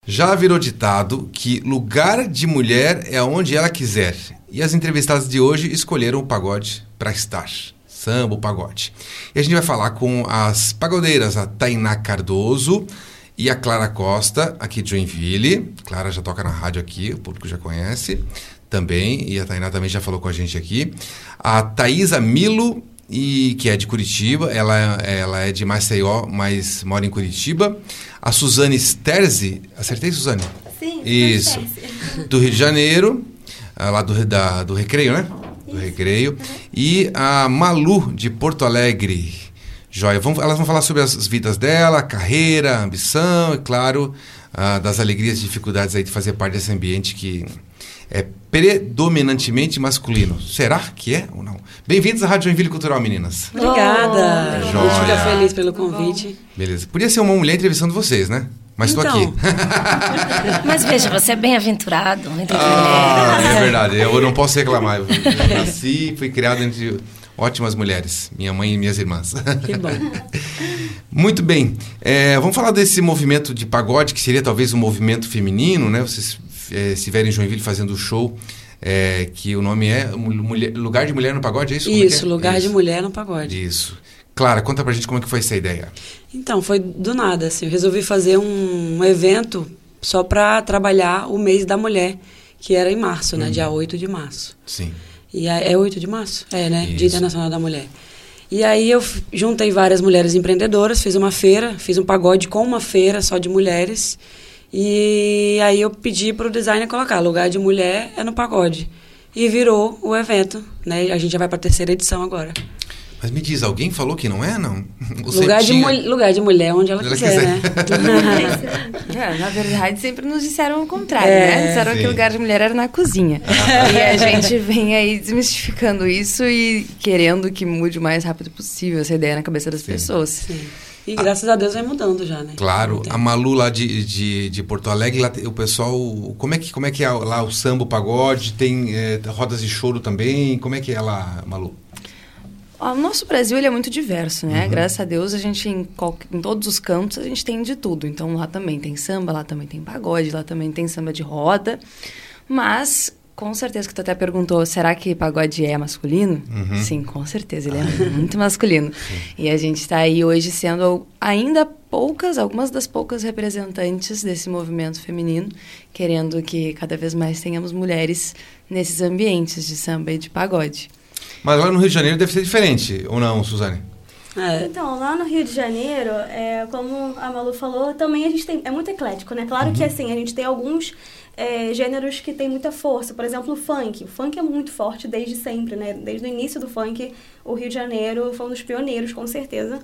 Já virou ditado que lugar de mulher é onde ela quiser. E as entrevistadas de hoje escolheram o pagode para estar. Samba, o pagode. E a gente vai falar com as pagodeiras, a Tainá Cardoso e a Clara Costa, aqui de Joinville. Clara já toca na rádio aqui, o público já conhece também. E a Tainá também já falou com a gente aqui. A Thaisa Milo, que é de Curitiba, ela é de Maceió, mas mora em Curitiba. A Suzane Sterzi, acertei, Suzane? Sim. Isso, do Rio de Janeiro, lá do Recreio, né? Do Recreio. E a Malu, de Porto Alegre. Joia, elas vão falar sobre as vidas dela, carreira, ambição e, claro, das alegrias e dificuldades aí de fazer parte desse ambiente que é predominantemente masculino. Será que é ou não? Bem-vindos à Rádio Joinville Cultural, meninas. Obrigada. Joia. A gente fica feliz pelo convite. Beleza. Podia ser uma mulher entrevistando vocês, né? Mas estou aqui. Mas veja, você é bem aventurado. É verdade. Eu não posso reclamar. Eu nasci e fui criado entre ótimas mulheres. Minha mãe e minhas irmãs. Que bom. Muito bem. Vamos falar desse movimento de pagode, que seria talvez um movimento feminino, né? Vocês estiverem em Joinville fazendo o show, que o nome é Lugar de Mulher no Pagode, é isso? Isso, Lugar de Mulher no Pagode. Isso. Clara, conta pra gente como é que foi essa ideia. Então, foi do nada, assim, eu resolvi fazer um evento só para trabalhar o mês da mulher, que era em março, né? Dia 8 de março. Sim. E é 8 de março? É, né? Isso. Dia Internacional da Mulher. E aí eu juntei várias mulheres empreendedoras, fiz uma feira, fiz um pagode com uma feira só de mulheres. E aí eu pedi para o designer colocar Lugar de Mulher é no Pagode. E virou o evento, né? A gente já vai para a 3ª edição agora. Mas me diz, alguém falou que não é, não? Lugar de mulher onde ela quiser, né? Na verdade, sempre nos disseram o contrário, né? Disseram que o lugar de mulher era na cozinha. E a gente vem aí desmistificando isso e querendo que mude o mais rápido possível essa ideia na cabeça das pessoas. Sim. E graças a Deus vai mudando já, né? Claro. A Malu lá de Porto Alegre, lá o pessoal... Como é que é lá o samba, o pagode? Tem rodas de choro também? Como é que é lá, Malu? O nosso Brasil ele é muito diverso, né? Graças a Deus, a gente em todos os cantos a gente tem de tudo. Então lá também tem samba, lá também tem pagode, lá também tem samba de roda. Mas, com certeza que tu até perguntou, será que pagode é masculino? Sim, com certeza, ele é muito masculino. Sim. E a gente está aí hoje sendo ainda algumas das poucas representantes desse movimento feminino, querendo que cada vez mais tenhamos mulheres nesses ambientes de samba e de pagode. Mas lá no Rio de Janeiro deve ser diferente, ou não, Suzane? Então, lá no Rio de Janeiro, como a Malu falou, também a gente é muito eclético, né? Claro que assim, a gente tem alguns gêneros que têm muita força. Por exemplo, o funk. O funk é muito forte desde sempre, né? Desde o início do funk, o Rio de Janeiro foi um dos pioneiros, com certeza.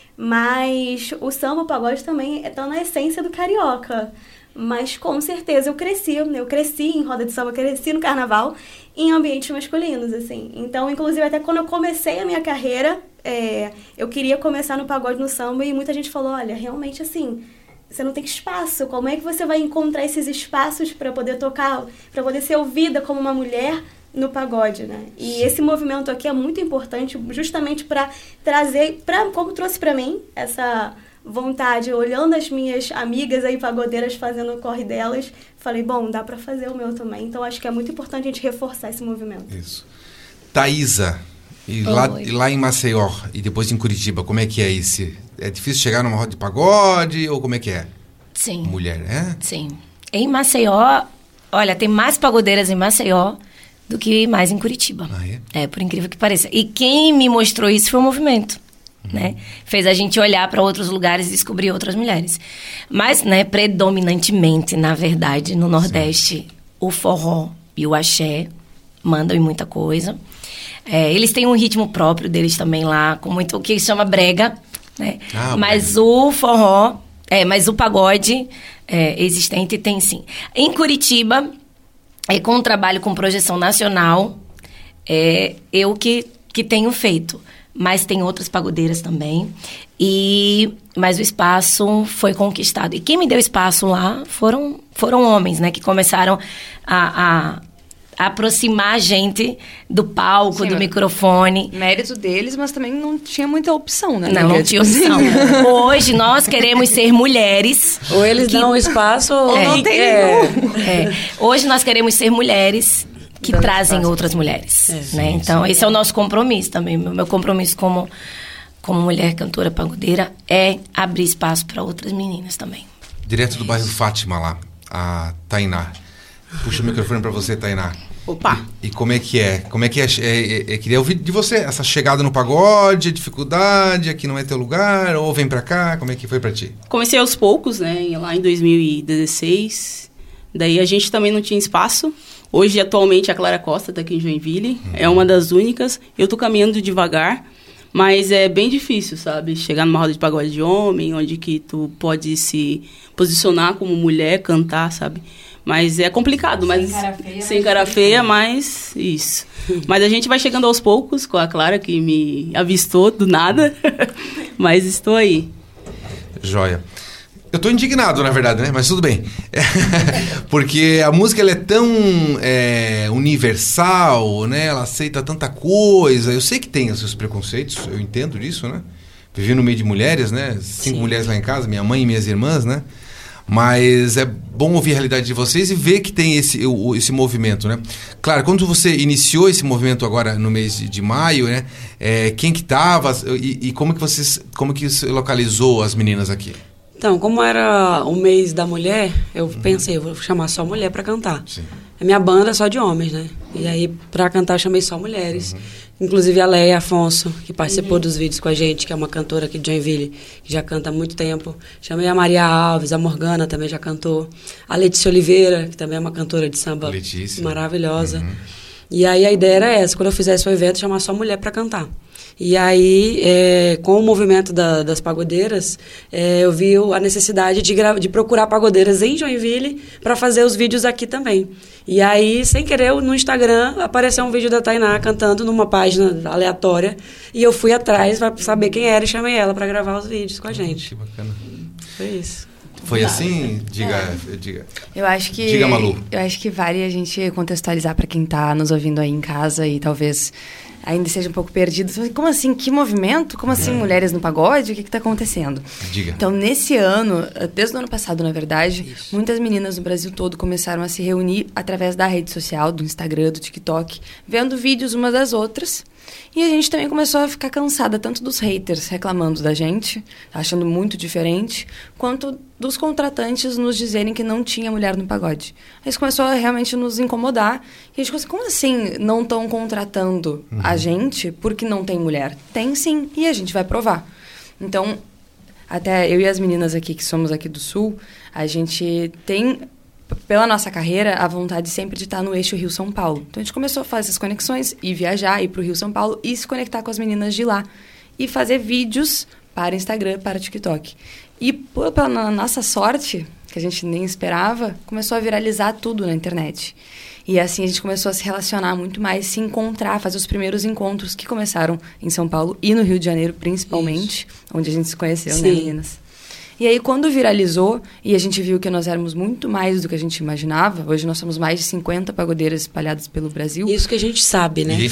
Mas o samba, o pagode também está na essência do carioca. Mas com certeza eu cresci em roda de samba, cresci no carnaval em ambientes masculinos, assim. Então, inclusive, até quando eu comecei a minha carreira, eu queria começar no pagode, no samba, e muita gente falou, olha, realmente assim, você não tem espaço, como é que você vai encontrar esses espaços para poder tocar, para poder ser ouvida como uma mulher no pagode, né? E esse movimento aqui é muito importante justamente para trazer, como trouxe para mim essa vontade, olhando as minhas amigas aí pagodeiras fazendo o corre delas, falei, bom, dá pra fazer o meu também. Então acho que é muito importante a gente reforçar esse movimento. Isso. Thaisa, e lá em Maceió e depois em Curitiba, como é que é esse? É difícil chegar numa roda de pagode ou como é que é? Sim. Mulher, né? Sim. Em Maceió, olha, tem mais pagodeiras em Maceió do que mais em Curitiba. Por incrível que pareça. E quem me mostrou isso foi o movimento. Né? Fez a gente olhar para outros lugares e descobrir outras mulheres. Mas, né, predominantemente, na verdade, no Nordeste, o forró e o axé mandam em muita coisa. Eles têm um ritmo próprio deles também lá, com muito o que chama brega, né? Mas o forró, mas o pagode existente tem sim. Em Curitiba, com um trabalho com projeção nacional, eu que tenho feito. Mas tem outras pagodeiras também. Mas o espaço foi conquistado. E quem me deu espaço lá foram homens, né? Que começaram a aproximar a gente do palco, do microfone. Mérito deles, mas também não tinha muita opção, né? Não tinha opção. Hoje nós queremos ser mulheres. Ou eles dão espaço ou não tem nenhum. Hoje nós queremos ser mulheres que trazem outras mulheres. Né? Então, esse é o nosso compromisso também. Meu compromisso como mulher cantora pagodeira é abrir espaço para outras meninas também. Direto do bairro Fátima lá, a Tainá. Puxa o microfone para você, Tainá. Opa! E como é que é? Como é que é? Queria ouvir de você essa chegada no pagode, a dificuldade, aqui não é teu lugar, ou vem pra cá, como é que foi pra ti? Comecei aos poucos, né, lá em 2016, daí a gente também não tinha espaço. Hoje, atualmente, a Clara Costa tá aqui em Joinville, é uma das únicas. Eu tô caminhando devagar, mas é bem difícil, sabe? Chegar numa roda de pagode de homem, onde que tu pode se posicionar como mulher, cantar, sabe? Mas é complicado, mas sem cara feia, mas isso. Mas a gente vai chegando aos poucos com a Clara, que me avistou do nada, mas estou aí. Joia. Eu tô indignado, na verdade, né? Mas tudo bem. Porque a música ela é tão universal, né? Ela aceita tanta coisa. Eu sei que tem os seus preconceitos, eu entendo disso, né? Vivi no meio de mulheres, né? 5 mulheres lá em casa, minha mãe e minhas irmãs, né? Mas é bom ouvir a realidade de vocês e ver que tem esse movimento, né? Claro, quando você iniciou esse movimento agora no mês de maio, né? Quem que estava e como que você localizou as meninas aqui? Então, como era o mês da mulher, eu pensei, eu vou chamar só mulher pra cantar. Sim. A minha banda é só de homens, né? E aí, pra cantar, eu chamei só mulheres. Inclusive a Leia Afonso, que participou dos vídeos com a gente, que é uma cantora aqui de Joinville, que já canta há muito tempo. Chamei a Maria Alves, a Morgana também já cantou. A Letícia Oliveira, que também é uma cantora de samba maravilhosa. E aí a ideia era essa, quando eu fizesse o evento, chamar só mulher pra cantar. E aí, com o movimento das pagodeiras, eu vi a necessidade de procurar pagodeiras em Joinville para fazer os vídeos aqui também. E aí, sem querer, no Instagram, apareceu um vídeo da Tainá cantando numa página aleatória. E eu fui atrás para saber quem era e chamei ela para gravar os vídeos com a gente. Que bacana. Foi isso. Foi assim? Diga. Eu acho que... Diga, Malu. Eu acho que vale a gente contextualizar para quem tá nos ouvindo aí em casa e talvez ainda esteja um pouco perdido. Como assim? Que movimento? Como assim mulheres no pagode? O que está acontecendo? Diga. Então, nesse ano, desde o ano passado, na verdade, muitas meninas no Brasil todo começaram a se reunir através da rede social, do Instagram, do TikTok, vendo vídeos umas das outras. E a gente também começou a ficar cansada tanto dos haters reclamando da gente, achando muito diferente, quanto dos contratantes nos dizerem que não tinha mulher no pagode. Isso começou a realmente nos incomodar. E a gente pensou, como assim não estão contratando a gente porque não tem mulher? Tem sim, e a gente vai provar. Então, até eu e as meninas aqui, que somos aqui do Sul, a gente tem, pela nossa carreira, a vontade sempre de estar no eixo Rio-São Paulo. Então, a gente começou a fazer essas conexões, ir viajar, ir para o Rio-São Paulo e se conectar com as meninas de lá. E fazer vídeos para Instagram, para TikTok. E, pela nossa sorte, que a gente nem esperava, começou a viralizar tudo na internet. E assim a gente começou a se relacionar muito mais, se encontrar, fazer os primeiros encontros que começaram em São Paulo e no Rio de Janeiro, principalmente, onde a gente se conheceu, né, meninas? E aí, quando viralizou, e a gente viu que nós éramos muito mais do que a gente imaginava, hoje nós somos mais de 50 pagodeiras espalhadas pelo Brasil. Isso que a gente sabe, né?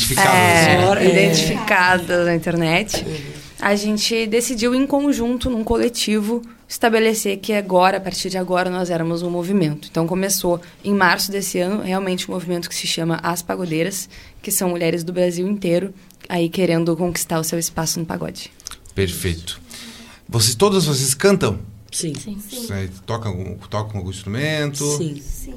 Identificadas na internet. A gente decidiu, em conjunto, num coletivo, estabelecer que agora, a partir de agora, nós éramos um movimento. Então, começou em março desse ano, realmente um movimento que se chama As Pagodeiras, que são mulheres do Brasil inteiro, aí querendo conquistar o seu espaço no pagode. Perfeito. Todas vocês cantam? Sim. Tocam algum instrumento? Sim.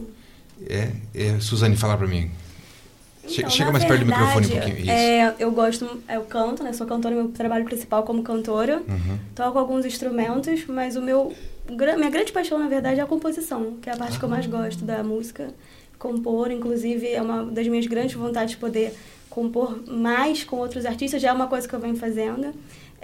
Suzane, fala pra mim. Então, Chega mais perto do microfone um pouquinho. Isso. Eu canto, né? Sou cantora, meu trabalho principal como cantora. Toco alguns instrumentos, mas minha grande paixão, na verdade, é a composição, que é a parte que eu mais gosto da música. Compor, inclusive, é uma das minhas grandes vontades de poder compor mais com outros artistas, já é uma coisa que eu venho fazendo.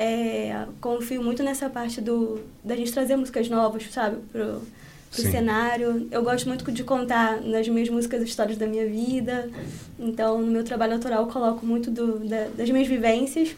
Confio muito nessa parte da gente trazer músicas novas, sabe, pro cenário. Eu gosto muito de contar nas minhas músicas histórias da minha vida. Então, no meu trabalho autoral, eu coloco muito das minhas vivências.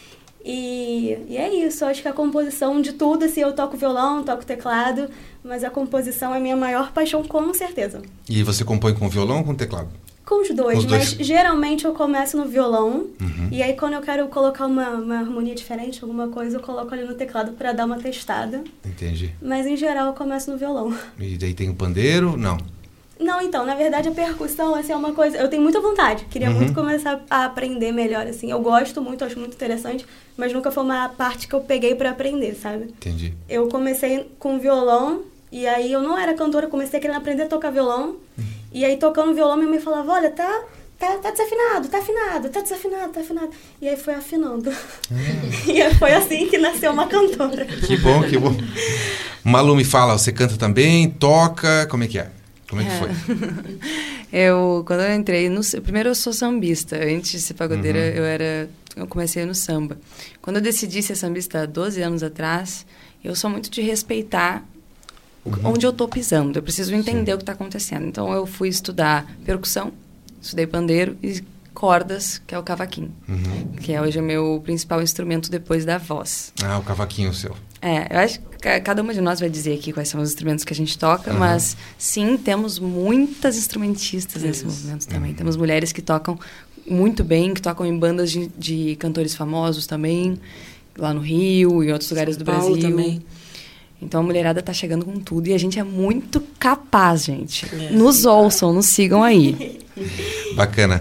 E é isso. Eu acho que a composição de tudo, assim, eu toco violão, toco teclado, mas a composição é a minha maior paixão, com certeza. E você compõe com violão ou com teclado? Com os dois, mas geralmente eu começo no violão. Uhum. E aí quando eu quero colocar uma harmonia diferente, alguma coisa, eu coloco ali no teclado pra dar uma testada. Entendi. Mas em geral eu começo no violão. E daí tem o pandeiro? Não. Não, então, na verdade a percussão, assim, é uma coisa... Eu tenho muita vontade, queria muito começar a aprender melhor, assim. Eu gosto muito, acho muito interessante, mas nunca foi uma parte que eu peguei pra aprender, sabe? Entendi. Eu comecei com violão, e aí eu não era cantora, comecei querendo aprender a tocar violão. E aí tocando violão, minha mãe falava, olha, tá desafinado, tá afinado, tá desafinado, tá afinado. E aí foi afinando. E aí foi assim que nasceu uma cantora. Que bom, que bom. Malu, me fala, você canta também, toca, como é que é? Como é que foi? Quando eu entrei primeiro eu sou sambista. Antes de ser pagodeira, eu comecei no samba. Quando eu decidi ser sambista há 12 anos atrás, eu sou muito de respeitar onde eu tô pisando. Eu preciso entender o que está acontecendo. Então eu fui estudar percussão, estudei pandeiro e cordas, que é o cavaquinho. Que hoje é o meu principal instrumento depois da voz. Ah, o cavaquinho seu. Eu acho que cada uma de nós vai dizer aqui quais são os instrumentos que a gente toca, mas sim, temos muitas instrumentistas nesse movimento também. Temos mulheres que tocam muito bem, que tocam em bandas de cantores famosos também, lá no Rio e em outros lugares do Brasil. Também. Então a mulherada tá chegando com tudo e a gente é muito capaz, gente. Nos ouçam, nos sigam aí. Bacana.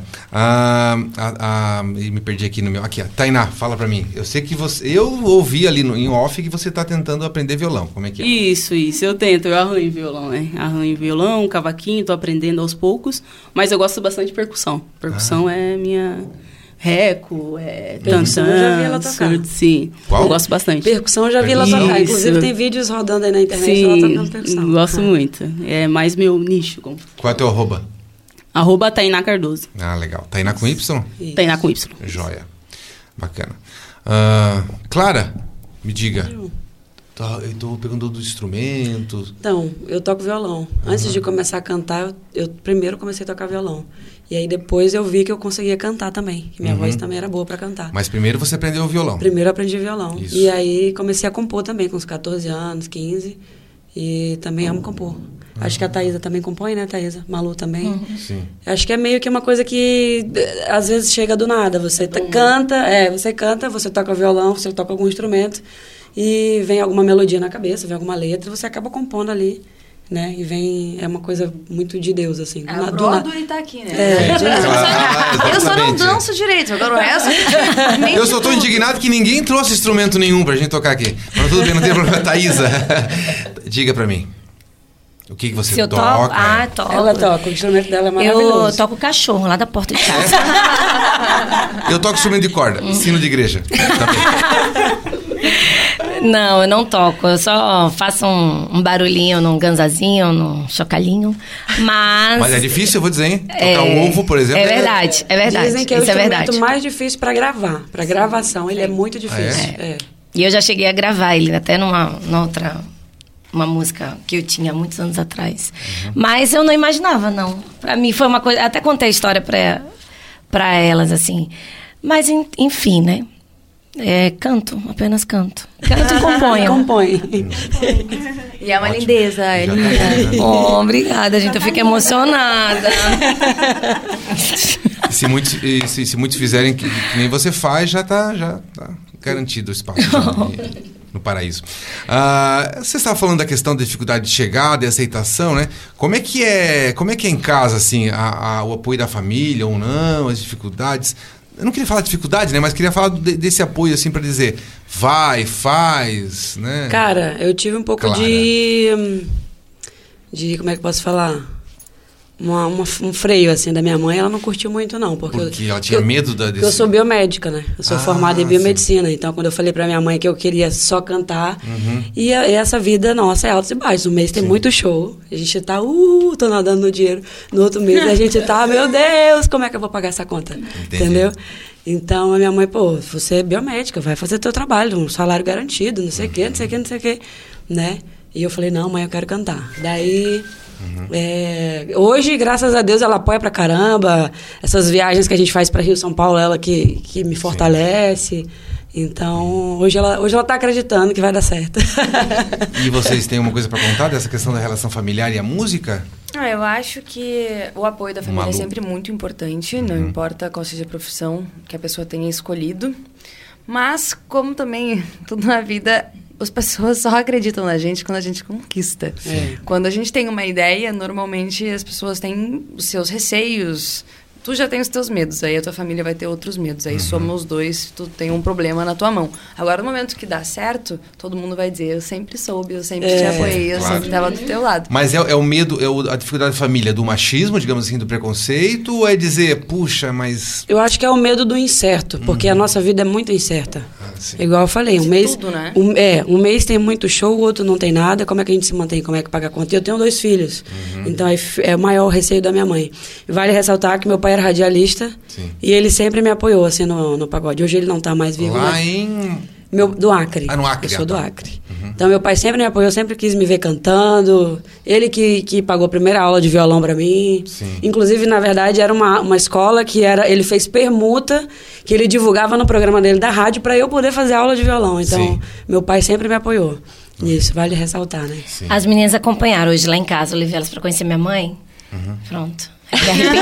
Me perdi aqui no meu... Aqui, Tainá, fala pra mim. Eu sei que você... Eu ouvi ali em off que você tá tentando aprender violão. Como é que é? Isso. Eu tento. Eu arranho violão, né? Arranho violão, cavaquinho, tô aprendendo aos poucos. Mas eu gosto bastante de percussão. Percussão é minha... Reco, percussão eu já vi ela tocar. Sim, Qual? Eu gosto bastante. Percussão eu já vi ela tocar. Inclusive tem vídeos rodando aí na internet sim, ela tocando percussão. Gosto muito. É mais meu nicho. Qual é o teu arroba? Tainá Cardoso. Ah, legal. Tainá com Y? Isso. Tainá com Y. Joia. Bacana. Clara, me diga. Eu tô perguntando dos instrumentos. Então, eu toco violão. Antes de começar a cantar, eu primeiro comecei a tocar violão. E aí depois eu vi que eu conseguia cantar também. Que minha voz também era boa para cantar. Mas primeiro você aprendeu o violão. Primeiro eu aprendi violão. Isso. E aí comecei a compor também, com uns 14 anos, 15. E também amo compor. Acho que a Thaísa também compõe, né, Thaísa? Malu também. Sim. Acho que é meio que uma coisa que às vezes chega do nada. Você canta, você toca violão, você toca algum instrumento e vem alguma melodia na cabeça, vem alguma letra, você acaba compondo ali, né? E vem... É uma coisa muito de Deus, assim. O Broduri tá aqui, né? Eu só não danço direito, agora o resto... Eu só tô indignado que ninguém trouxe instrumento nenhum pra gente tocar aqui. Mas tudo bem, não tem problema. Thaísa, diga pra mim. O que você Se eu toca? toco. Ela toca, o instrumento dela é maravilhoso. Eu toco cachorro lá da porta de casa. Eu toco instrumento de corda, sino de igreja. Também. Não, eu não toco. Eu só faço um barulhinho num ganzazinho, num chocalhinho. Mas é difícil, eu vou dizer, hein? Tocar um ovo, por exemplo. É verdade. Dizem que é o Isso instrumento mais difícil para gravar. Para gravação, ele é muito difícil. E eu já cheguei a gravar ele até numa outra... Uma música que eu tinha muitos anos atrás. Mas eu não imaginava, não. Pra mim foi uma coisa... Até contei a história pra elas, assim. Mas, enfim, né? Canto, apenas canto. Canto e componho. Compõe. E é uma lindeza, é linda. Oh, obrigada, gente. Eu fico emocionada. Se muitos fizerem que nem você faz, já tá garantido o espaço no paraíso. Você estava falando da questão da dificuldade de chegada e aceitação, né? Como é que é em casa, assim, o apoio da família ou não, as dificuldades? Eu não queria falar de dificuldade, né? Mas queria falar desse apoio, assim, para dizer, vai, faz, né? Cara, eu tive um pouco de... Como é que eu posso falar? Um freio, assim, da minha mãe, ela não curtiu muito, não. Porque ela tinha medo desse... Porque eu sou biomédica, né? Eu sou formada em biomedicina. Sim. Então, quando eu falei pra minha mãe que eu queria só cantar... E essa vida nossa é altos e baixos. Um mês tem muito show. A gente tá... tô nadando no dinheiro. No outro mês a gente tá... Meu Deus, como é que eu vou pagar essa conta? Entendi. Entendeu? Então, a minha mãe... você é biomédica, vai fazer teu trabalho. Um salário garantido, não sei o quê, não sei o quê. Né? E eu falei, não, mãe, eu quero cantar. Daí... hoje, graças a Deus, ela apoia pra caramba. Essas viagens que a gente faz pra Rio, São Paulo, ela que me fortalece. Então, hoje ela tá acreditando que vai dar certo. E vocês têm uma coisa pra contar dessa questão da relação familiar e a música? Eu acho que o apoio da família Malu. é sempre muito importante, não importa qual seja a profissão que a pessoa tenha escolhido. Mas, como também tudo na vida, as pessoas só acreditam na gente quando a gente conquista. Quando a gente tem uma ideia, normalmente as pessoas têm os seus receios. Tu já tem os teus medos, aí a tua família vai ter outros medos. Aí somos os dois, tu tem um problema na tua mão. Agora, no momento que dá certo, todo mundo vai dizer, eu sempre soube, eu sempre te apoiei, eu sempre estava do teu lado. Mas é o medo, a dificuldade da família, do machismo, digamos assim, do preconceito, ou é dizer, puxa, mas... Eu acho que é o medo do incerto, porque a nossa vida é muito incerta. Sim. Igual eu falei, um mês... tudo, né? Um mês tem muito show, o outro não tem nada. Como é que a gente se mantém? Como é que paga a conta? Eu tenho 2 filhos. Então, é o maior receio da minha mãe. Vale ressaltar que meu pai era radialista. Sim. E ele sempre me apoiou, assim, no pagode. Hoje ele não está mais vivo. Lá em... Do Acre. No Acre. Eu sou do Acre. Então, meu pai sempre me apoiou, sempre quis me ver cantando. Ele que pagou a primeira aula de violão pra mim. Sim. Inclusive, na verdade, era uma escola que ele fez permuta, que ele divulgava no programa dele da rádio para eu poder fazer aula de violão. Então, Sim. meu pai sempre me apoiou. Isso, vale ressaltar, né? Sim. As meninas acompanharam hoje lá em casa. Eu levei elas pra conhecer minha mãe. Pronto. Me arrependi.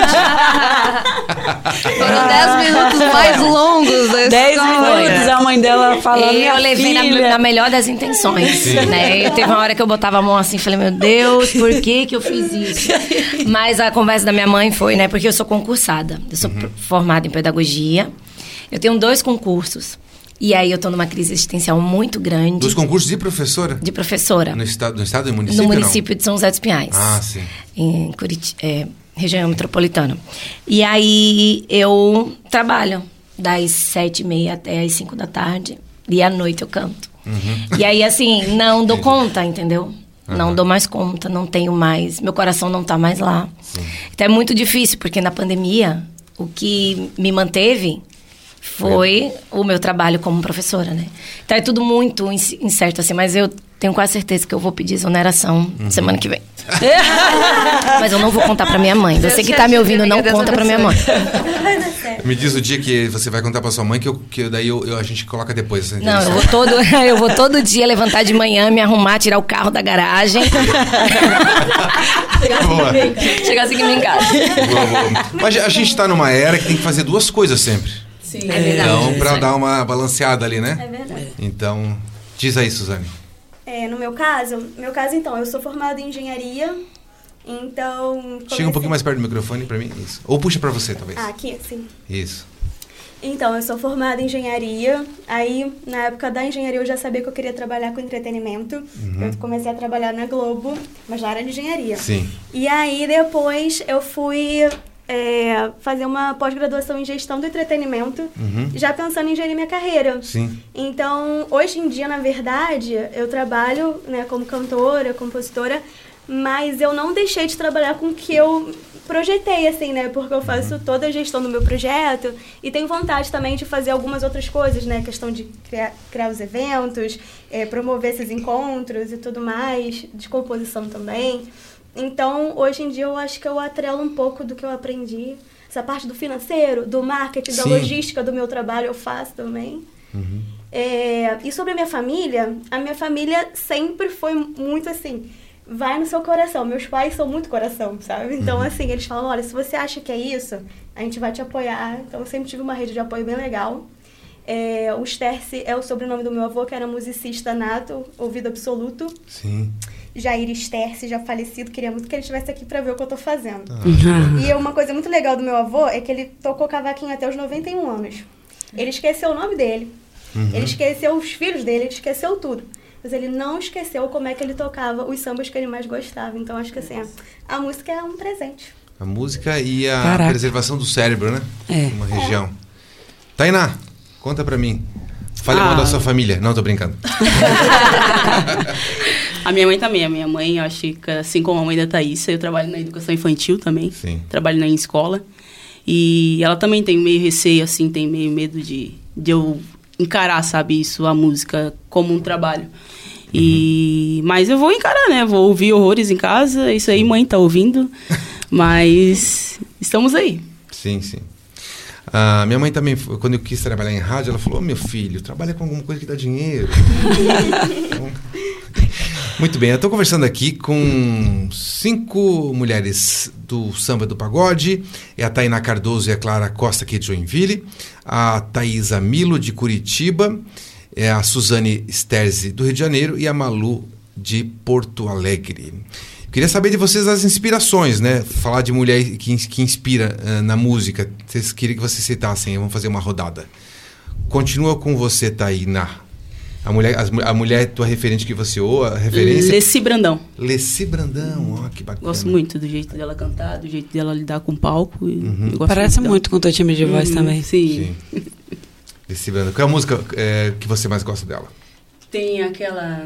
Foram 10 minutos mais longos da 10 escola. minutos, a mãe dela falando, Eu levei filha. na melhor das intenções, né? Eu teve uma hora que eu botava a mão assim e falei, meu Deus, por que eu fiz isso? Mas a conversa da minha mãe foi, né? Porque eu sou concursada. Eu sou formada em pedagogia. Eu tenho 2 concursos. E aí eu tô numa crise existencial muito grande. 2 concursos de professora? De professora. No estado e município, No município de São José dos Pinhais. Ah, sim. Em região metropolitana. E aí eu trabalho das 7h30 até as 5 da tarde. E à noite eu canto. E aí, assim, não dou conta, entendeu? Não dou mais conta, não tenho mais. Meu coração não tá mais lá. Sim. Então é muito difícil, porque na pandemia, o que me manteve foi o meu trabalho como professora, né? Então é tudo muito incerto, assim, mas eu tenho quase certeza que eu vou pedir exoneração semana que vem. Mas eu não vou contar pra minha mãe. Você que tá me ouvindo, não conta pra minha mãe. Me diz o dia que você vai contar pra sua mãe, que daí a gente coloca depois. Não, eu vou todo dia levantar de manhã, me arrumar, tirar o carro da garagem. Chegar assim em casa. Boa. Mas a gente tá numa era que tem que fazer 2 coisas sempre. Sim, é verdade. Então, pra dar uma balanceada ali, né? É verdade. Então, diz aí, Suzane. No meu caso, então, eu sou formada em engenharia, então... Chega um pouquinho mais perto do microfone pra mim. Isso. Ou puxa pra você, talvez. Ah, aqui, sim. Isso. Então, eu sou formada em engenharia, aí na época da engenharia eu já sabia que eu queria trabalhar com entretenimento. Eu comecei a trabalhar na Globo, mas já era de engenharia. Sim. E aí depois eu fui fazer uma pós-graduação em gestão do entretenimento, já pensando em gerir minha carreira. Sim. Então, hoje em dia, na verdade, eu trabalho, né, como cantora, compositora, mas eu não deixei de trabalhar com o que eu projetei, assim, né? Porque eu faço toda a gestão do meu projeto e tenho vontade também de fazer algumas outras coisas, né? Questão de criar os eventos, promover esses encontros e tudo mais, de composição também. Então, hoje em dia, eu acho que eu atrelo um pouco do que eu aprendi. Essa parte do financeiro, do marketing, da logística do meu trabalho eu faço também. E sobre a minha família sempre foi muito assim... Vai no seu coração. Meus pais são muito coração, sabe? Então, assim, eles falam, olha, se você acha que é isso, a gente vai te apoiar. Então, eu sempre tive uma rede de apoio bem legal. O Sterce é o sobrenome do meu avô, que era musicista nato, ouvido absoluto. Sim. Jair Sterce, já falecido, queria muito que ele estivesse aqui pra ver o que eu tô fazendo. E uma coisa muito legal do meu avô é que ele tocou cavaquinho até os 91 anos. Ele esqueceu o nome dele, ele esqueceu os filhos dele, ele esqueceu tudo. Mas ele não esqueceu como é que ele tocava os sambas que ele mais gostava. Então, acho que assim, a música é um presente. A música e a preservação do cérebro, né? Uma região. Tainá, conta pra mim. Fale mal da sua família. Não, tô brincando. A minha mãe também. A minha mãe, eu acho que assim como a mãe da Thaísa, eu trabalho na educação infantil também. Sim. Trabalho na escola. E ela também tem meio receio, assim, tem meio medo de eu encarar, sabe, isso, a música como um trabalho. Mas eu vou encarar, né? Vou ouvir horrores em casa. Isso aí, mãe, tá ouvindo. Mas estamos aí. Sim, sim. Minha mãe também, quando eu quis trabalhar em rádio, ela falou, meu filho, trabalha com alguma coisa que dá dinheiro. Muito bem, eu estou conversando aqui com 5 mulheres do samba do pagode. É a Tainá Cardoso e a Clara Costa, aqui de Joinville. A Thaisa Milo, de Curitiba. É a Suzane Sterzi, do Rio de Janeiro. E a Malu, de Porto Alegre. Eu queria saber de vocês as inspirações, né? Falar de mulher que inspira na música. Vocês queriam que vocês citassem, vamos fazer uma rodada. Continua com você, Tainá. A mulher tua referente que você ouve, a referência... Leci Brandão. Leci Brandão, ó, que bacana. Gosto muito do jeito dela cantar, do jeito dela lidar com o palco. Uhum. Parece muito com o teu time de voz também. Sim. Leci Brandão. Qual é a música que você mais gosta dela? Tem aquela...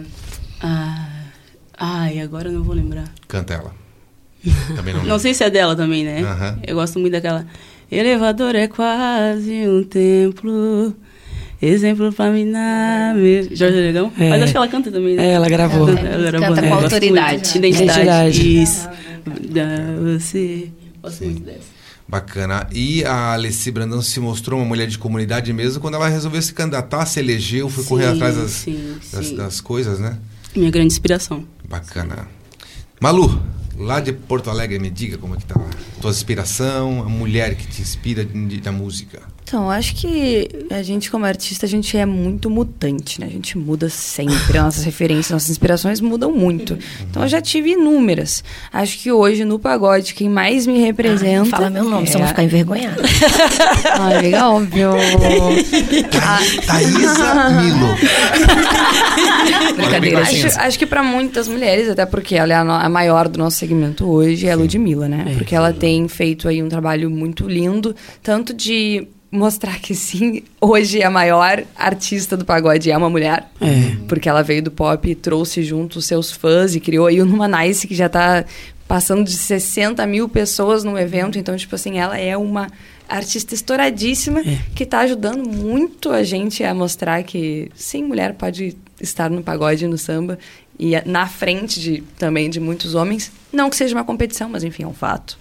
Ai, agora eu não vou lembrar. Canta ela. Também não Não sei se é dela também, né? Uhum. Eu gosto muito daquela... Elevador é quase um templo... Exemplo pra minar... Jorge Aragão? É. Mas acho que ela canta também, né? Ela gravou. Ela Canta com autoridade. Identidade. Isso. Você... Gosto muito dessa. Bacana. E a Leci Brandão se mostrou uma mulher de comunidade mesmo quando ela resolveu se candidatar, se elegeu, foi correr atrás das coisas, né? Minha grande inspiração. Bacana. Malu, lá de Porto Alegre, me diga como é que tá a tua inspiração, a mulher que te inspira na música. Então, acho que a gente, como artista, a gente é muito mutante, né? A gente muda sempre. Nossas referências, nossas inspirações mudam muito. Então, eu já tive inúmeras. Acho que hoje, no pagode, quem mais me representa... Fala meu nome, senão eu vou ficar envergonhada. Ai, legal, óbvio. Thaisa Milo. Brincadeira, Acho que para muitas mulheres, até porque ela é a maior do nosso segmento hoje, é a Ludmilla, né? Porque ela tem feito aí um trabalho muito lindo, tanto de mostrar que sim, hoje a maior artista do pagode é uma mulher. Porque ela veio do pop e trouxe junto os seus fãs e criou aí o Numanice, que já tá passando de 60 mil pessoas no evento. Então, tipo assim, ela é uma artista estouradíssima que tá ajudando muito a gente a mostrar que sim, mulher pode estar no pagode e no samba e na frente também de muitos homens. Não que seja uma competição, mas enfim, é um fato.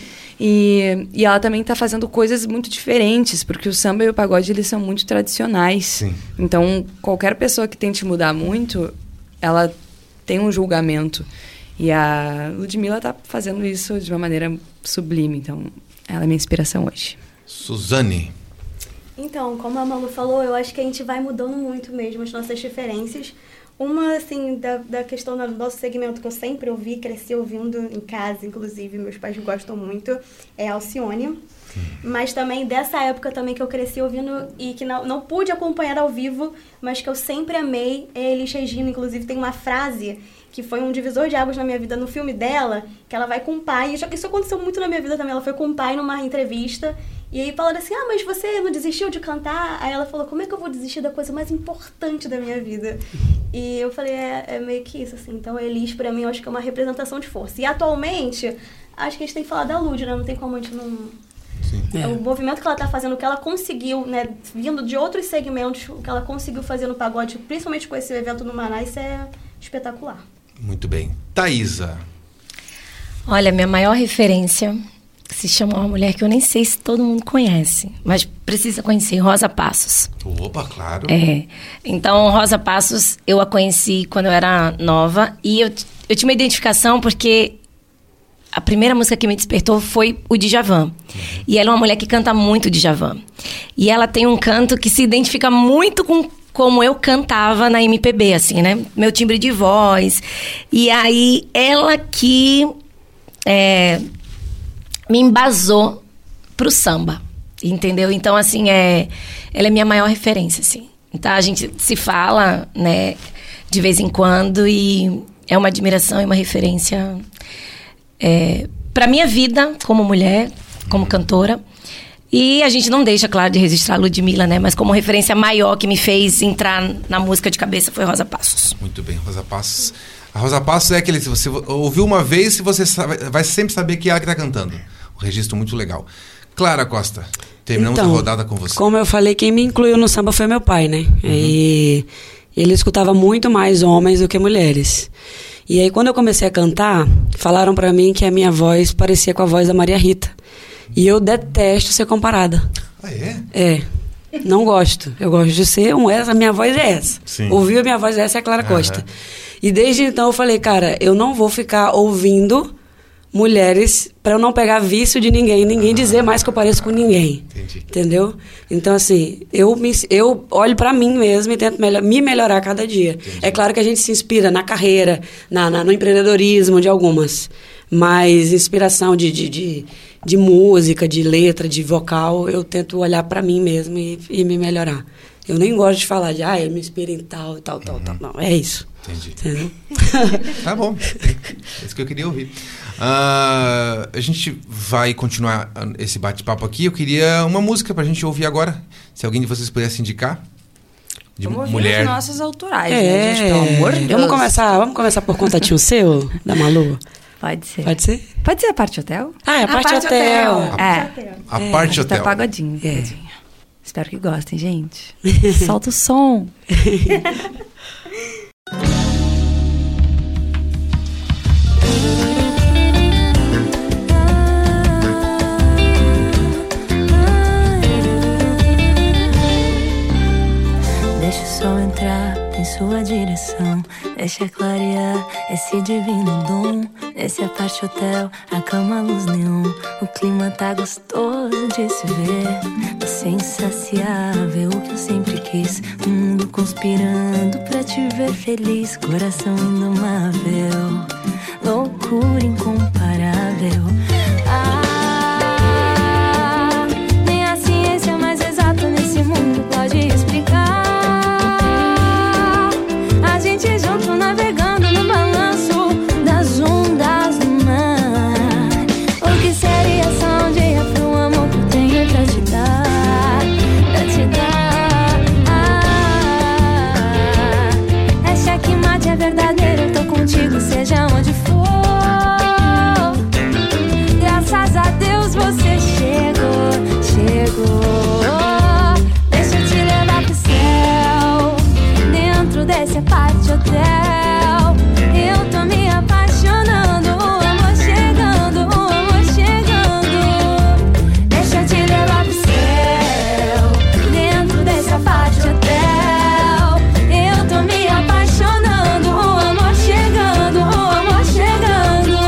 E ela também está fazendo coisas muito diferentes, porque o samba e o pagode, eles são muito tradicionais. Sim. Então, qualquer pessoa que tente mudar muito, ela tem um julgamento. E a Ludmilla está fazendo isso de uma maneira sublime. Então, ela é minha inspiração hoje. Suzane. Então, como a Malu falou, eu acho que a gente vai mudando muito mesmo as nossas referências. Uma, assim, da questão do nosso segmento que eu sempre ouvi, cresci ouvindo em casa, inclusive, meus pais gostam muito, é Alcione. Mas também dessa época também que eu cresci ouvindo e que não pude acompanhar ao vivo, mas que eu sempre amei, é Elis Regina. Inclusive, tem uma frase que foi um divisor de águas na minha vida no filme dela, que ela vai com o pai. Isso aconteceu muito na minha vida também. Ela foi com o pai numa entrevista. E aí falaram assim, mas você não desistiu de cantar? Aí ela falou, como é que eu vou desistir da coisa mais importante da minha vida? E eu falei, é meio que isso, assim. Então, a Elis, pra mim, eu acho que é uma representação de força. E, atualmente, acho que a gente tem que falar da Lud, né? Não tem como a gente não... Sim. O movimento que ela tá fazendo, o que ela conseguiu, né? Vindo de outros segmentos, o que ela conseguiu fazer no pagode, principalmente com esse evento no Manaus, é espetacular. Muito bem. Thaisa. Olha, minha maior referência se chama uma mulher que eu nem sei se todo mundo conhece, mas precisa conhecer, Rosa Passos. Opa, claro. Então, Rosa Passos, eu a conheci quando eu era nova e eu tinha uma identificação porque a primeira música que me despertou foi o Djavan. E ela é uma mulher que canta muito Djavan. E ela tem um canto que se identifica muito com como eu cantava na MPB, assim, né? Meu timbre de voz. E aí, ela que me embasou pro samba, entendeu? Então, assim, ela é minha maior referência, assim. Então, a gente se fala, né, de vez em quando e é uma admiração e uma referência pra minha vida como mulher, como cantora. E a gente não deixa, claro, de registrar a Ludmilla, né? Mas como referência maior que me fez entrar na música de cabeça foi Rosa Passos. Muito bem, Rosa Passos. A Rosa Passos é aquele, se você ouviu uma vez, você vai sempre saber que é ela que está cantando. Um registro muito legal. Clara Costa, terminamos a rodada com você. Como eu falei, quem me incluiu no samba foi meu pai, né? E ele escutava muito mais homens do que mulheres. E aí, quando eu comecei a cantar, falaram pra mim que a minha voz parecia com a voz da Maria Rita. E eu detesto ser comparada. Ah, é? É. Não gosto. Eu gosto de ser a minha voz é essa. Sim. Ouviu a minha voz essa é a Clara Costa. E desde então eu falei, cara, eu não vou ficar ouvindo mulheres para eu não pegar vício de ninguém dizer mais que eu pareço com ninguém. Entendi. Entendeu? Então, assim, eu olho para mim mesma e tento me melhorar cada dia. Entendi. É claro que a gente se inspira na carreira, no empreendedorismo de algumas, mas inspiração de música, de letra, de vocal, eu tento olhar para mim mesma e me melhorar. Eu nem gosto de falar eu me inspiro em tal. Não, é isso. Entendi. Entendeu? Tá bom. É isso que eu queria ouvir. A gente vai continuar esse bate-papo aqui. Eu queria uma música pra gente ouvir agora. Se alguém de vocês pudesse indicar. De Vamos mulher. ouvir os nossos autorais, né, gente? Pelo amor de Deus. Vamos começar por Contatinho Seu, da Malu? Pode ser. Pode ser? Pode ser a Parte Hotel? É a Parte Hotel. A Parte Hotel. Tá pagodinho. Espero que gostem, gente. Solta o som. Deixa o sol entrar em sua direção, deixa clarear esse divino dom. Esse é a Parte Hotel, a cama, a luz neon. O clima tá gostoso de se ver. Você insaciável, o que eu sempre quis. O mundo conspirando pra te ver feliz. Coração indomável, loucura incomparável. Nem a ciência mais exata nesse mundo pode explicar. A gente junto navegando no balanço das ondas do mar. O que seria só um dia pro amor que eu tenho pra te dar, pra te dar. É checkmate, é verdadeiro, eu tô contigo, seja onde for. Graças a Deus você chegou. Deixa eu te levar pro céu, dentro desse Parte Hotel. Eu tô me apaixonando, o amor chegando, o amor chegando. Deixa eu te levar pro céu, dentro desse Parte Hotel. Eu tô me apaixonando, o amor chegando, o amor chegando.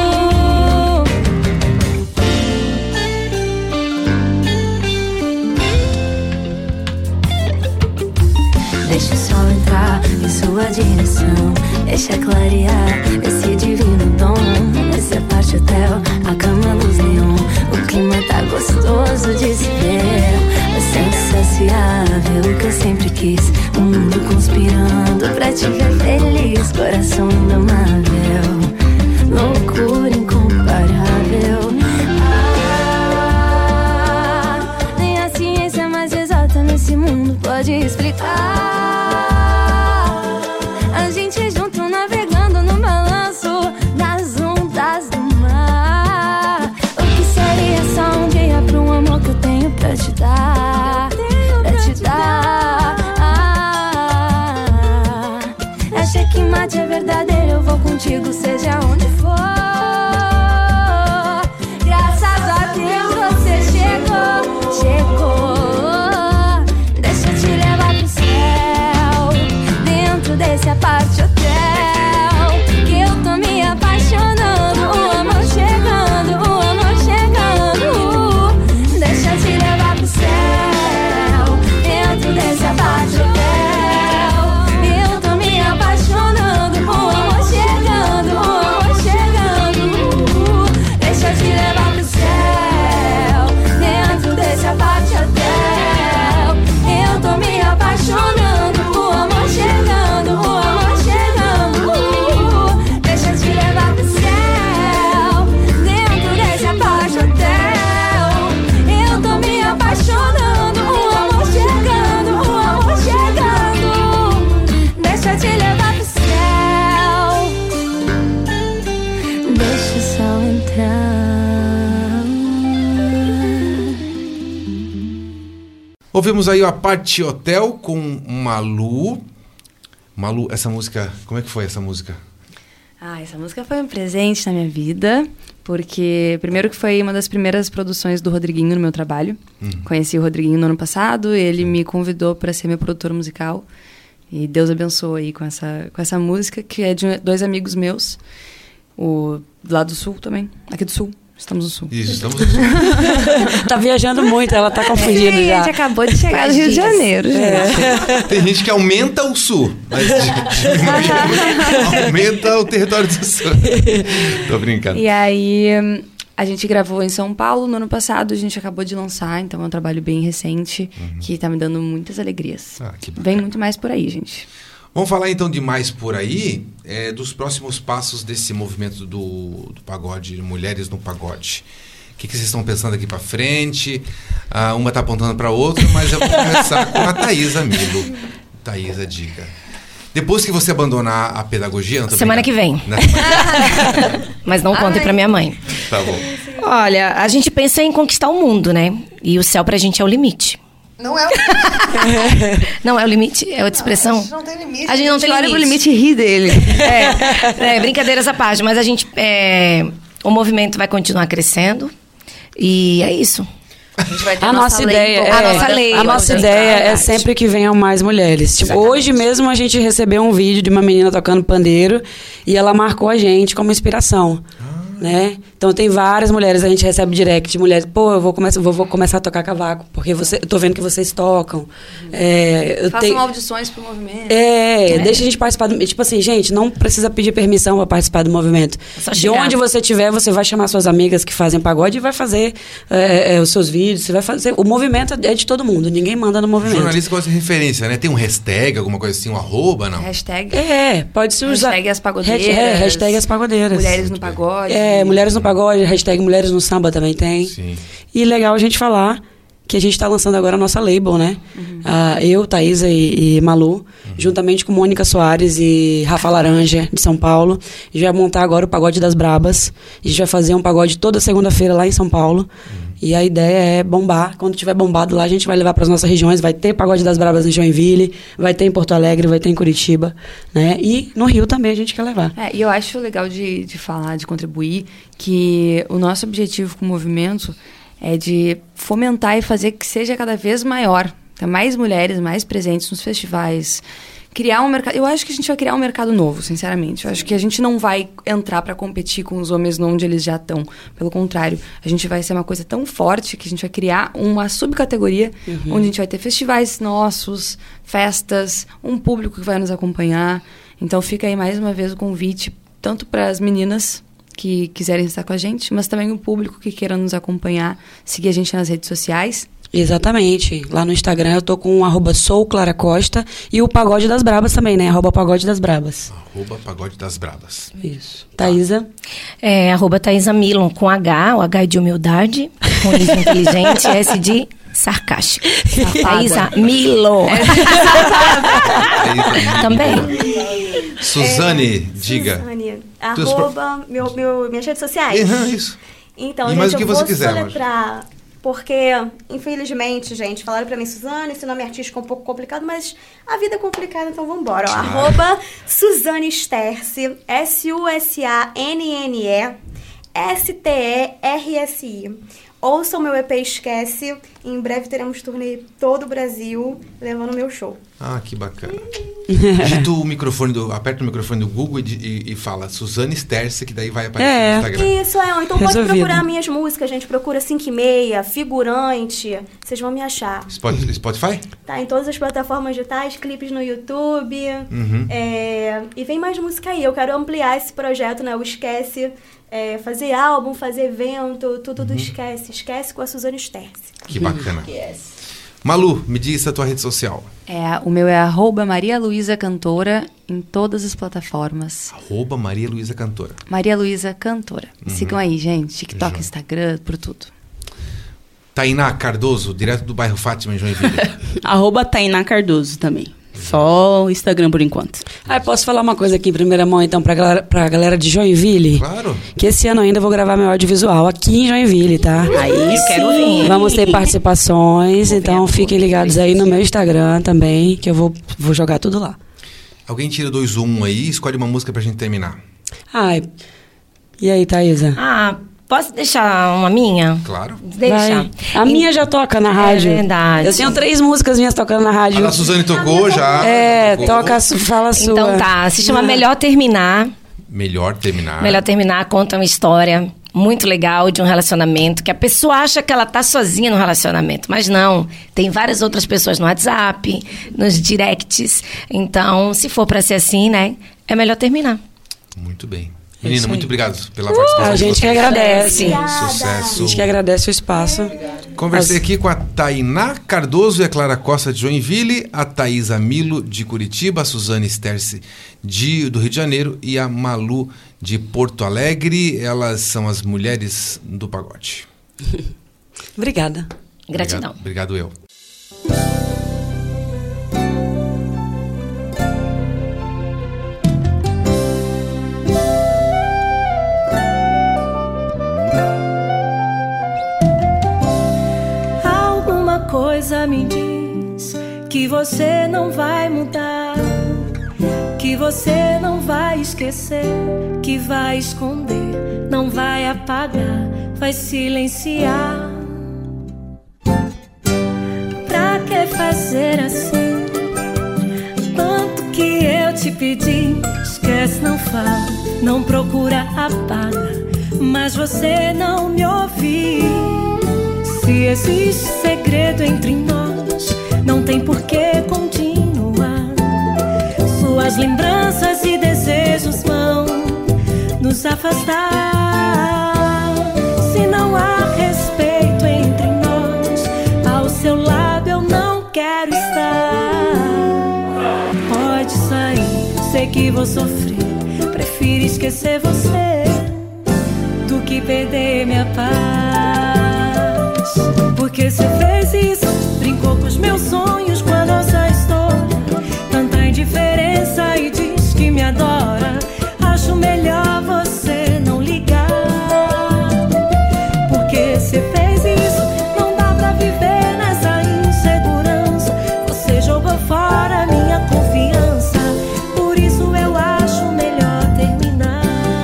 Deixa o sol entrar em sua direção, deixa clarear esse divino dom. Esse é a Parte Hotel, a cama, a luz neon. O clima tá gostoso de se ver. Você é insaciável, o que eu sempre quis. O mundo conspirando pra te ver feliz. Coração indomável, loucura incomparável. Nem a ciência mais exata nesse mundo pode explicar. A gente junto navegando no balanço das ondas do mar. O que seria só um dia pro amor que eu tenho pra te dar, pra te dar. É checkmate, é verdadeiro, eu vou contigo, seja onde for. Graças a Deus você chegou. Deixa eu te levar pro céu, dentro desse Parte Hotel. Que eu tô me apaixonando, o amor chegando, o amor chegando. Deixa eu te levar pro céu, dentro desse Parte Hotel. Eu tô me apaixonando, o amor chegando, o amor chegando. Deixa eu te levar pro céu, dentro desse Parte Hotel. Eu tô me apaixonando, o amor chegando, o amor chegando. Deixa eu te levar pro céu, dentro desse Parte Hotel. Eu tô me apaixonando, o amor chegando, o amor chegando. Deixa eu te levar pro céu, deixa o sol entrar. Ouvimos aí a Parte Hotel com Malu. Malu, essa música, como é que foi essa música? Essa música foi um presente na minha vida, porque primeiro que foi uma das primeiras produções do Rodriguinho no meu trabalho. Conheci o Rodriguinho no ano passado, ele me convidou para ser meu produtor musical. E Deus abençoou aí com essa música, que é de 2 amigos meus, lá do Sul também, aqui do Sul. Estamos no Sul. Isso, estamos no Sul. Tá viajando muito, ela tá confundida já. A gente acabou de chegar no Rio de Janeiro, gente. Tem gente que aumenta o Sul, mas aumenta o território do Sul. Tô brincando. E aí, a gente gravou em São Paulo no ano passado, a gente acabou de lançar, então é um trabalho bem recente, que tá me dando muitas alegrias. Que bacana. Vem muito mais por aí, gente. Vamos falar então de mais por aí, dos próximos passos desse movimento do pagode, Mulheres no Pagode. O que vocês estão pensando aqui pra frente? Uma tá apontando pra outra, mas eu vou começar com a Thaisa Milo. Thaisa, diga. Depois que você abandonar a pedagogia... Não tô Semana que vem. Mas não contem pra minha mãe. Tá bom. Olha, a gente pensa em conquistar o mundo, né? E o céu pra gente é o limite. Não é o limite. Não é o limite? É outra expressão? A gente não tem limite. A gente não tem olha limite. pro limite e ri dele. Brincadeiras à parte, mas a gente... o movimento vai continuar crescendo e é isso. A gente vai ter A nossa ideia, A nossa lei. a nossa ideia é sempre que venham mais mulheres. Tipo, hoje mesmo a gente recebeu um vídeo de uma menina tocando pandeiro e ela marcou a gente como inspiração. Né? Então tem várias mulheres, a gente recebe direct de mulheres, pô, eu vou começar a tocar cavaco, porque eu tô vendo que vocês tocam. Façam audições pro movimento. Deixa a gente participar tipo assim, gente, não precisa pedir permissão para participar do movimento. Só de chegar. onde você estiver, você vai chamar suas amigas que fazem pagode e vai fazer os seus vídeos, você vai fazer. O movimento é de todo mundo, ninguém manda no O movimento. jornalista gosta de referência, né? Tem um hashtag, alguma coisa assim, um arroba, não? Hashtag. Pode se usar. Hashtag as pagodeiras. Hashtag as pagodeiras. Mulheres no pagode. Mulheres no pagode, hashtag Mulheres no Samba também tem. Sim. E legal a gente falar que a gente está lançando agora a nossa label, né? Eu, Thaisa e Malu, juntamente com Mônica Soares e Rafa Laranja, de São Paulo. A gente vai montar agora o Pagode das Brabas. A gente vai fazer um pagode toda segunda-feira lá em São Paulo. E a ideia é bombar. Quando tiver bombado lá, a gente vai levar para as nossas regiões. Vai ter Pagode das Brabas em Joinville, vai ter em Porto Alegre, vai ter em Curitiba, né? E no Rio também a gente quer levar. E eu acho legal de falar, de contribuir, que o nosso objetivo com o movimento é de fomentar e fazer que seja cada vez maior. Ter mais mulheres, mais presentes nos festivais. Criar um mercado... Eu acho que a gente vai criar um mercado novo, sinceramente. Eu acho que a gente não vai entrar para competir com os homens onde eles já estão. Pelo contrário, a gente vai ser uma coisa tão forte que a gente vai criar uma subcategoria onde a gente vai ter festivais nossos, festas, um público que vai nos acompanhar. Então fica aí mais uma vez o convite, tanto para as meninas que quiserem estar com a gente, mas também o público que queira nos acompanhar, seguir a gente nas redes sociais. Exatamente. Lá no Instagram eu tô com @soulclaracosta e o Pagode das Brabas também, né? @Pagode das Brabas. @Pagode das Brabas. Isso. Thaisa? @Thaisa Milon com H, o H é de humildade, com I de inteligente, S de sarcástico. Thaisa Milon. Também. Suzane, diga. Suzane, Tuas minhas redes sociais. Isso. Então, E gente, mais o que eu você vou quiser, soletrar, porque, infelizmente, gente, falaram pra mim, Suzane, esse nome artístico é um pouco complicado, mas a vida é complicada, então vambora. Ó, @Suzane Sterce, SUSANNE STERSI. Ouçam meu EP Esquece. Em breve teremos turnê em todo o Brasil, levando meu show. Que bacana. Aperta o microfone do Google e fala Suzane Sterce, que daí vai aparecer no Instagram. Isso, então Resolvido. pode procurar minhas músicas, gente. Procura 5:30, Figurante. Vocês vão me achar. Spotify? Tá em todas as plataformas digitais, clipes no YouTube. E vem mais música aí. Eu quero ampliar esse projeto, né? O Esquece. Fazer álbum, fazer evento, tudo do Esquece. Esquece com a Suzane Sterce. Que bacana. Malu, me diz a tua rede social. O meu é @Maria Luísa Cantora em todas as plataformas. Maria Luísa Cantora. Maria Luísa Cantora. Sigam aí, gente. TikTok, Instagram, por tudo. Tainá Cardoso, direto do bairro Fátima, em Joinville. @Tainá Cardoso também. Só o Instagram por enquanto. Posso falar uma coisa aqui em primeira mão, então, pra galera de Joinville? Claro. Que esse ano ainda eu vou gravar meu audiovisual aqui em Joinville, tá? Aí, eu quero vir. Vamos ter participações, então fiquem ligados aí no meu Instagram também, que eu vou jogar tudo lá. Alguém tira 2 ou 1 aí e escolhe uma música pra gente terminar. E aí, Thaisa? Posso deixar uma minha? Claro. Deixa. Vai. A minha já toca na rádio. É verdade. Eu tenho 3 músicas minhas tocando na rádio. A Suzane tocou já. Toca, fala a sua. Então tá, se chama Melhor Terminar. Melhor Terminar. Melhor Terminar conta uma história muito legal de um relacionamento que a pessoa acha que ela tá sozinha no relacionamento, mas não. Tem várias outras pessoas no WhatsApp, nos directs. Então, se for pra ser assim, né, é melhor terminar. Muito bem. Menina, muito obrigado pela participação. A gente que agradece. Sucesso. A gente que agradece o espaço. Conversei aqui com a Tainá Cardoso e a Clara Costa de Joinville, a Thaisa Milo de Curitiba, a Suzane Sterce do Rio de Janeiro e a Malu de Porto Alegre. Elas são as mulheres do pagode. Obrigada. Gratidão. Obrigado eu. Coisa me diz que você não vai mudar, que você não vai esquecer, que vai esconder, não vai apagar, vai silenciar. Pra que fazer assim? Tanto que eu te pedi, esquece, não fala, não procura, apaga, mas você não me ouviu. Se existe segredo entre nós, não tem por que continuar. Suas lembranças e desejos vão nos afastar. Se não há respeito entre nós, ao seu lado eu não quero estar. Pode sair, sei que vou sofrer, prefiro esquecer você do que perder minha paz. Porque você fez isso, brincou com os meus sonhos com a nossa história. Tanta indiferença e diz que me adora. Acho melhor você não ligar. Porque você fez isso, não dá pra viver nessa insegurança. Você jogou fora a minha confiança. Por isso eu acho melhor terminar.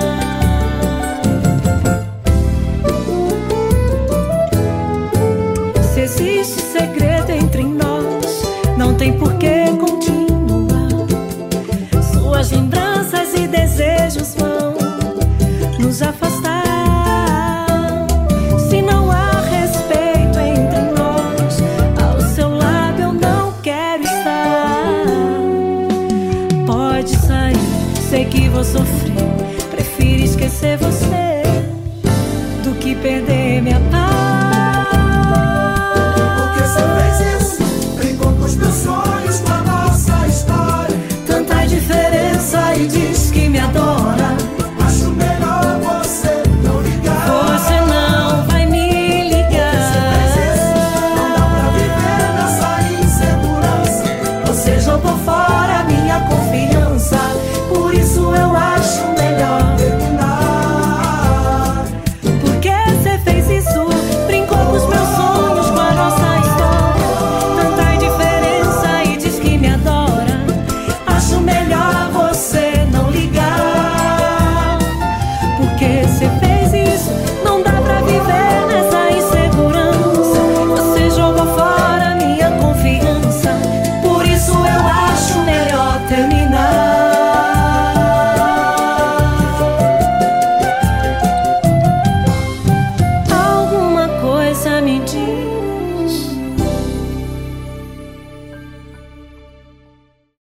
Se existe segredo entre nós, não tem por que continuar. Suas lembranças e desejos vão nos afastar. Se não há respeito entre nós, ao seu lado eu não quero estar. Pode sair, sei que vou sofrer, prefiro esquecer você do que perder minha paz.